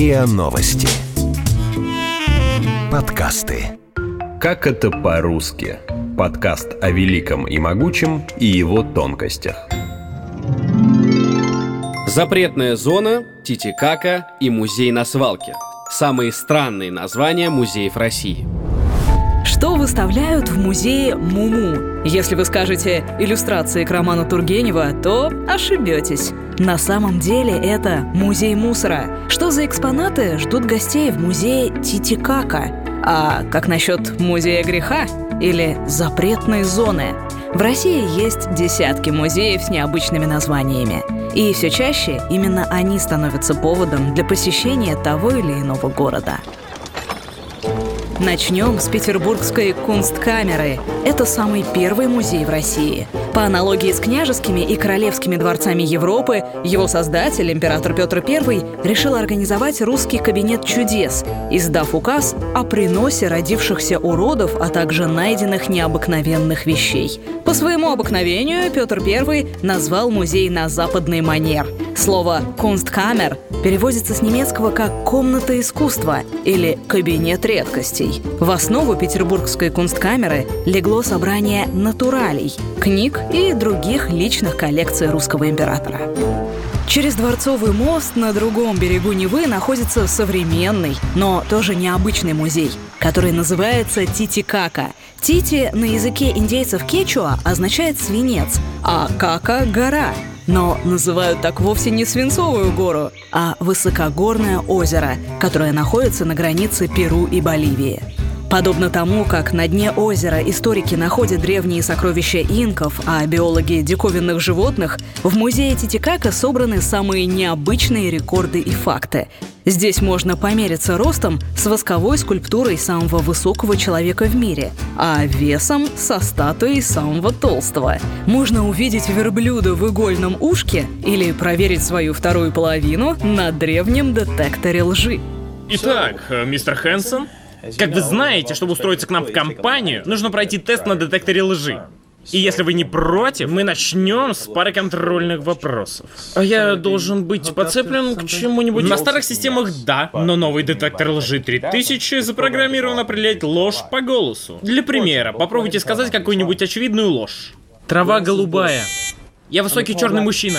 РИА Новости. Подкасты. Как это по-русски? Подкаст о великом и могучем и его тонкостях. Запретная зона, Титикака и музей на свалке. Самые странные названия музеев России. Что выставляют в музее Му-Му? Если вы скажете «иллюстрации к роману Тургенева», то ошибетесь. На самом деле это музей мусора. Что за экспонаты ждут гостей в музее Титикака? А как насчет музея греха или запретной зоны? В России есть десятки музеев с необычными названиями. И все чаще именно они становятся поводом для посещения того или иного города. Начнем с петербургской Кунсткамеры. Это самый первый музей в России. По аналогии с княжескими и королевскими дворцами Европы, его создатель, император Петр I, решил организовать русский кабинет чудес, издав указ о приносе родившихся уродов, а также найденных необыкновенных вещей. По своему обыкновению Петр I назвал музей на западный манер. Слово «Кунсткамер» переводится с немецкого как «комната искусства» или «кабинет редкостей». В основу петербургской Кунсткамеры легло собрание натуралей, книг и других личных коллекций русского императора. Через Дворцовый мост на другом берегу Невы находится современный, но тоже необычный музей, который называется Титикака. Тити на языке индейцев кечуа означает «свинец», а кака — «гора». Но называют так вовсе не свинцовую гору, а высокогорное озеро, которое находится на границе Перу и Боливии. Подобно тому, как на дне озера историки находят древние сокровища инков, а биологи — диковинных животных, в музее Титикака собраны самые необычные рекорды и факты. Здесь можно помериться ростом с восковой скульптурой самого высокого человека в мире, а весом со статуей самого толстого. Можно увидеть верблюда в игольном ушке или проверить свою вторую половину на древнем детекторе лжи. Итак, мистер Хэнсон, как вы знаете, чтобы устроиться к нам в компанию, нужно пройти тест на детекторе лжи. И если вы не против, мы начнем с пары контрольных вопросов. А я должен быть подцеплен к чему-нибудь? На старых системах да, но новый детектор лжи 3000 запрограммирован определять ложь по голосу. Для примера, попробуйте сказать какую-нибудь очевидную ложь. Трава голубая. Я высокий черный мужчина.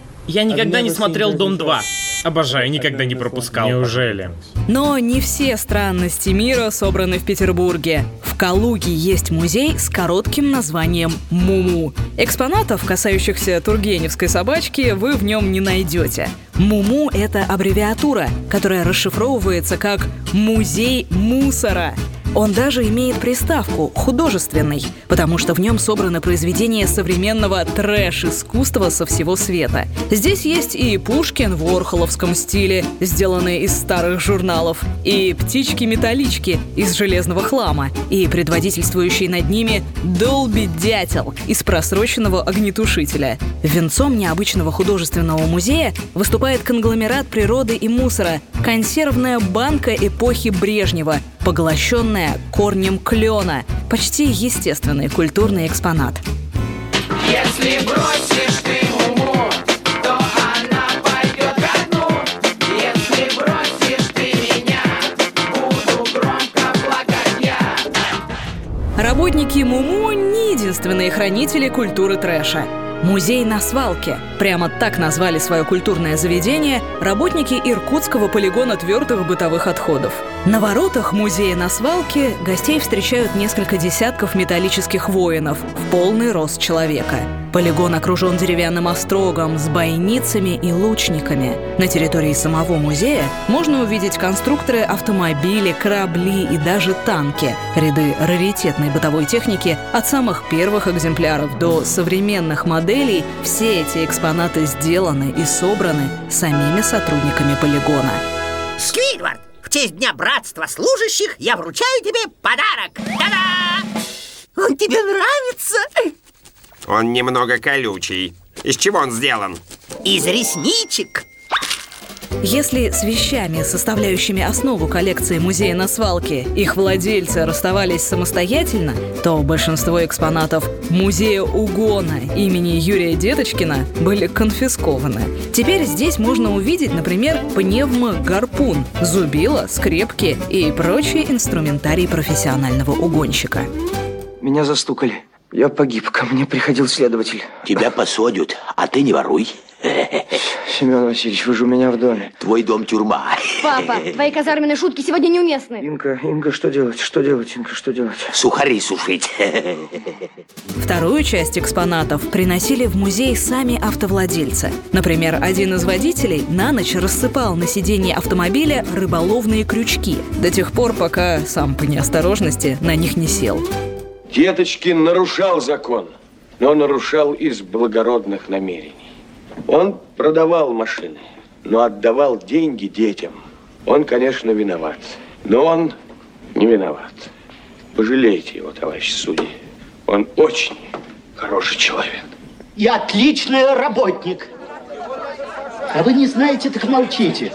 Я никогда не смотрел «Дом 2». Обожаю, никогда не пропускал. Неужели? Но не все странности мира собраны в Петербурге. В Калуге есть музей с коротким названием Му-Му. Экспонатов, касающихся тургеневской собачки, вы в нем не найдете. Му-Му — это аббревиатура, которая расшифровывается как «музей мусора». Он даже имеет приставку «художественный», потому что в нем собраны произведения современного трэш-искусства со всего света. Здесь есть и Пушкин в уорхоловском стиле, сделанные из старых журналов, и птички-металлички из железного хлама, и предводительствующий над ними Долби-дятел из просроченного огнетушителя. Венцом необычного художественного музея выступает конгломерат природы и мусора — консервная банка эпохи Брежнева, поглощенная корнем клена. Почти естественный культурный экспонат. Если бросишь ты Му-Му, то она пойдет ко дну. Если бросишь ты меня, буду громко плакать я. Работники Му-Му не единственные хранители культуры трэша. Музей на свалке. Прямо так назвали свое культурное заведение работники Иркутского полигона твердых бытовых отходов. На воротах музея на свалке гостей встречают несколько десятков металлических воинов в полный рост человека. Полигон окружен деревянным острогом с бойницами и лучниками. На территории самого музея можно увидеть конструкторы автомобилей, корабли и даже танки. Ряды раритетной бытовой техники от самых первых экземпляров до современных моделей. Все эти экспонаты сделаны и собраны самими сотрудниками полигона. Сквидвард, в честь Дня Братства Служащих я вручаю тебе подарок. Та-да! Он тебе нравится? Он немного колючий. Из чего он сделан? Из ресничек. Если с вещами, составляющими основу коллекции музея на свалке, их владельцы расставались самостоятельно, то большинство экспонатов музея угона имени Юрия Деточкина были конфискованы. Теперь здесь можно увидеть, например, пневмогарпун, зубило, скрепки и прочий инструментарий профессионального угонщика. Меня застукали. Я погиб, ко мне приходил следователь. Тебя посадят, а ты не воруй. Семен Васильевич, вы же у меня в доме. Твой дом тюрьма. Папа, твои казарменные шутки сегодня неуместны. Инга, что делать? Что делать, Инга, что делать? Сухари сушить. Вторую часть экспонатов приносили в музей сами автовладельцы. Например, один из водителей на ночь рассыпал на сиденье автомобиля рыболовные крючки до тех пор, пока сам по неосторожности на них не сел. Деточкин нарушал закон, но нарушал из благородных намерений. Он продавал машины, но отдавал деньги детям. Он, конечно, виноват, но он не виноват. Пожалейте его, товарищ судьи. Он очень хороший человек. И отличный работник. А вы не знаете, так молчите.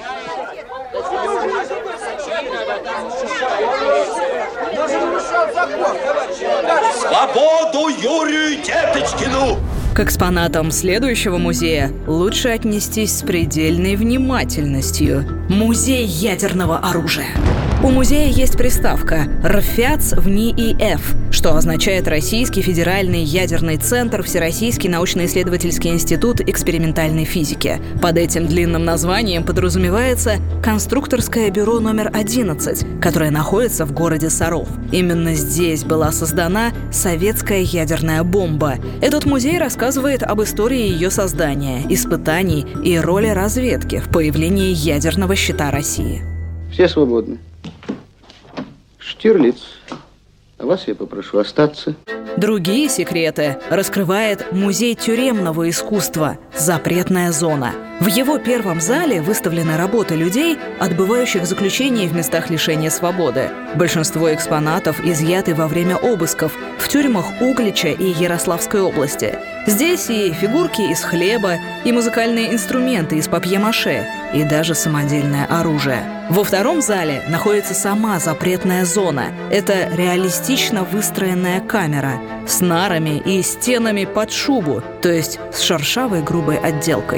Свободу Юрию Деточкину! К экспонатам следующего музея лучше отнестись с предельной внимательностью. Музей ядерного оружия. У музея есть приставка «РФЯЦ» в НИИФ, что означает Российский федеральный ядерный центр, Всероссийский научно-исследовательский институт экспериментальной физики. Под этим длинным названием подразумевается конструкторское бюро номер 11, которое находится в городе Саров. Именно здесь была создана советская ядерная бомба. Этот музей рассказывает об истории ее создания, испытаний и роли разведки в появлении ядерного щита России. Все свободны. Штирлиц, а вас я попрошу остаться. Другие секреты раскрывает Музей тюремного искусства «Запретная зона». В его первом зале выставлены работы людей, отбывающих заключение в местах лишения свободы. Большинство экспонатов изъяты во время обысков в тюрьмах Углича и Ярославской области. Здесь и фигурки из хлеба, и музыкальные инструменты из папье-маше, и даже самодельное оружие. Во втором зале находится сама запретная зона. Это реалистично выстроенная камера с нарами и стенами под шубу, то есть с шершавой грубой отделкой.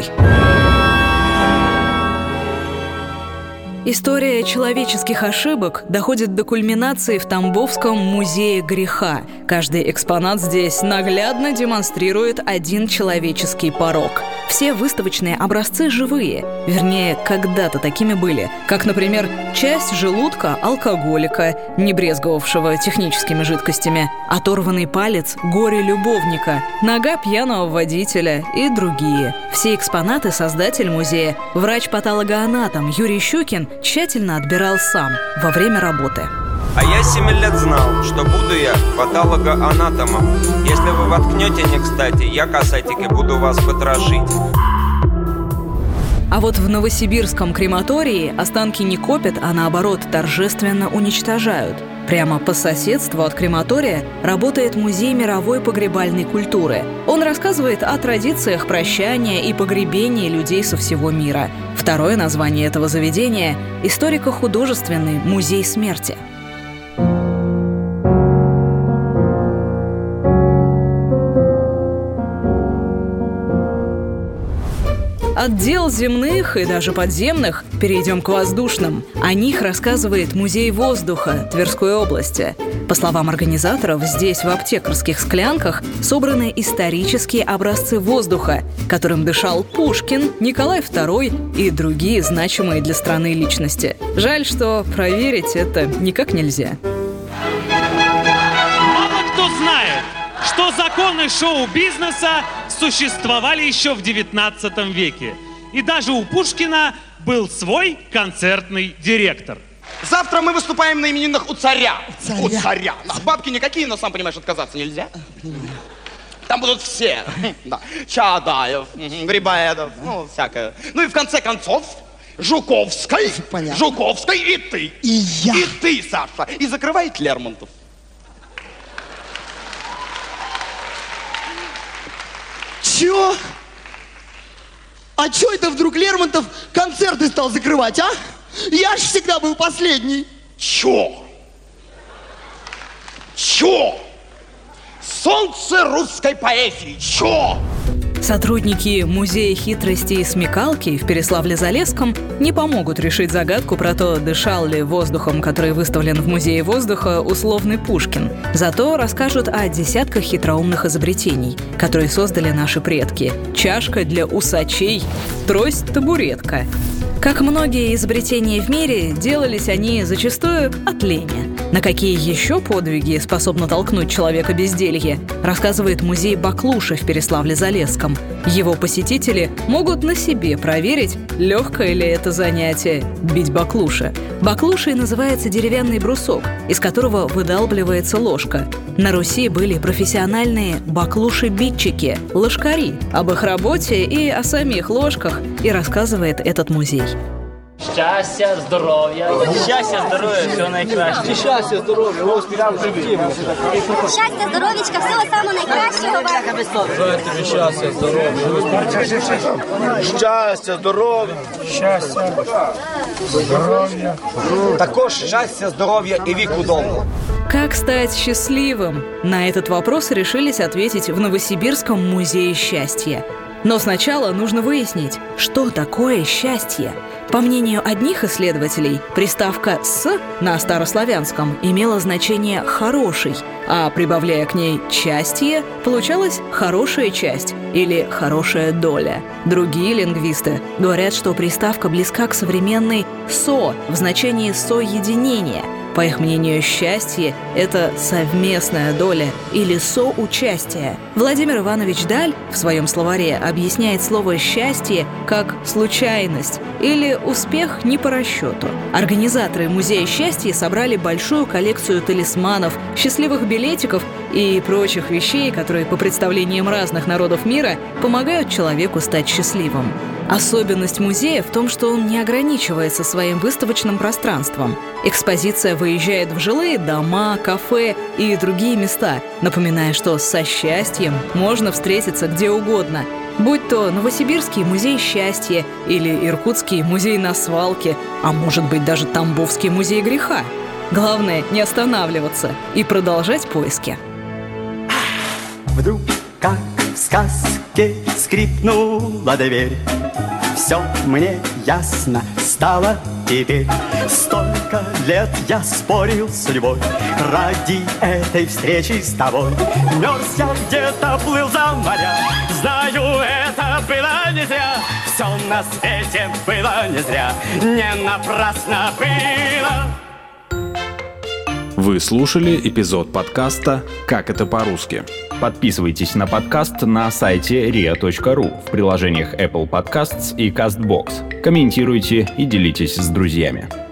История человеческих ошибок доходит до кульминации в Тамбовском музее греха. Каждый экспонат здесь наглядно демонстрирует один человеческий порок. Все выставочные образцы живые, вернее, когда-то такими были, как, например, часть желудка алкоголика, не брезговавшего техническими жидкостями, оторванный палец горе-любовника, нога пьяного водителя и другие. Все экспонаты создатель музея, врач-патологоанатом Юрий Щукин, тщательно отбирал сам во время работы. А я 7 лет знал, что буду я патологоанатомом. Если вы воткнете не кстати, я касатики буду вас потрошить. А вот в Новосибирском крематории останки не копят, а наоборот торжественно уничтожают. Прямо по соседству от крематория работает Музей мировой погребальной культуры. Он рассказывает о традициях прощания и погребения людей со всего мира. Второе название этого заведения – историко-художественный музей смерти. От дел земных и даже подземных перейдем к воздушным. О них рассказывает Музей воздуха Тверской области. По словам организаторов, здесь в аптекарских склянках собраны исторические образцы воздуха, которым дышал Пушкин, Николай II и другие значимые для страны личности. Жаль, что проверить это никак нельзя. Мало кто знает, что законы шоу-бизнеса существовали еще в 19 веке. И даже у Пушкина был свой концертный директор. Завтра мы выступаем на именинах у царя. У царя. Бабки никакие, но, сам понимаешь, отказаться нельзя. Там будут все. Да. Чаадаев, Грибоедов, ну, всякое. Ну и в конце концов, Жуковской. Понятно. Жуковской и ты. И я. И ты, Саша. И закрывает Лермонтов. Чё? А чё это вдруг Лермонтов концерты стал закрывать, а? Я ж всегда был последний. Чё? Солнце русской поэзии, чё? Сотрудники Музея хитрости и смекалки в Переславле-Залесском не помогут решить загадку про то, дышал ли воздухом, который выставлен в Музее воздуха, условный Пушкин. Зато расскажут о десятках хитроумных изобретений, которые создали наши предки. Чашка для усачей, трость-табуретка. Как многие изобретения в мире, делались они зачастую от лени. На какие еще подвиги способно толкнуть человека безделье, рассказывает музей Баклуши в Переславле-Залесском. Его посетители могут на себе проверить, легкое ли это занятие – бить баклуши. Баклушей называется деревянный брусок, из которого выдалбливается ложка. На Руси были профессиональные баклуши-битчики, ложкари. Об их работе и о самих ложках и рассказывает этот музей. Щастя, здоров'я. Щастя, здоров'я, всього найкраще. Щастя, здоров'я, успіхів в житті. Щастя, здоров'ячка, всього самого найкращого вам. Бажаю тобі щастя, здоров'я. Щастя, здоров'я. Щастя, здоров'я. Також щастя, здоров'я и веку довго. Как стать счастливым? На этот вопрос решились ответить в Новосибирском музее счастья. Но сначала нужно выяснить, что такое счастье. По мнению одних исследователей, приставка «с» на старославянском имела значение «хороший», а прибавляя к ней «частие», получалась «хорошая часть» или «хорошая доля». Другие лингвисты говорят, что приставка близка к современной «со» в значении «соединение». По их мнению, счастье – это совместная доля или соучастие. Владимир Иванович Даль в своем словаре объясняет слово «счастье» как «случайность» или «успех не по расчету». Организаторы Музея счастья собрали большую коллекцию талисманов, счастливых билетиков и прочих вещей, которые, по представлениям разных народов мира, помогают человеку стать счастливым. Особенность музея в том, что он не ограничивается своим выставочным пространством. Экспозиция выезжает в жилые дома, кафе и другие места, напоминая, что со счастьем можно встретиться где угодно. Будь то Новосибирский музей счастья или Иркутский музей на свалке, а может быть даже Тамбовский музей греха. Главное не останавливаться и продолжать поиски. Вдруг, как в сказке, скрипнула дверь. Все мне ясно стало теперь. Столько лет я спорил с судьбой ради этой встречи с тобой. Мерз я где-то, плыл за моря. Знаю, это было не зря. Все на свете было не зря. Не напрасно было. Вы слушали эпизод подкаста «Как это по-русски». Подписывайтесь на подкаст на сайте ria.ru в приложениях Apple Podcasts и CastBox. Комментируйте и делитесь с друзьями.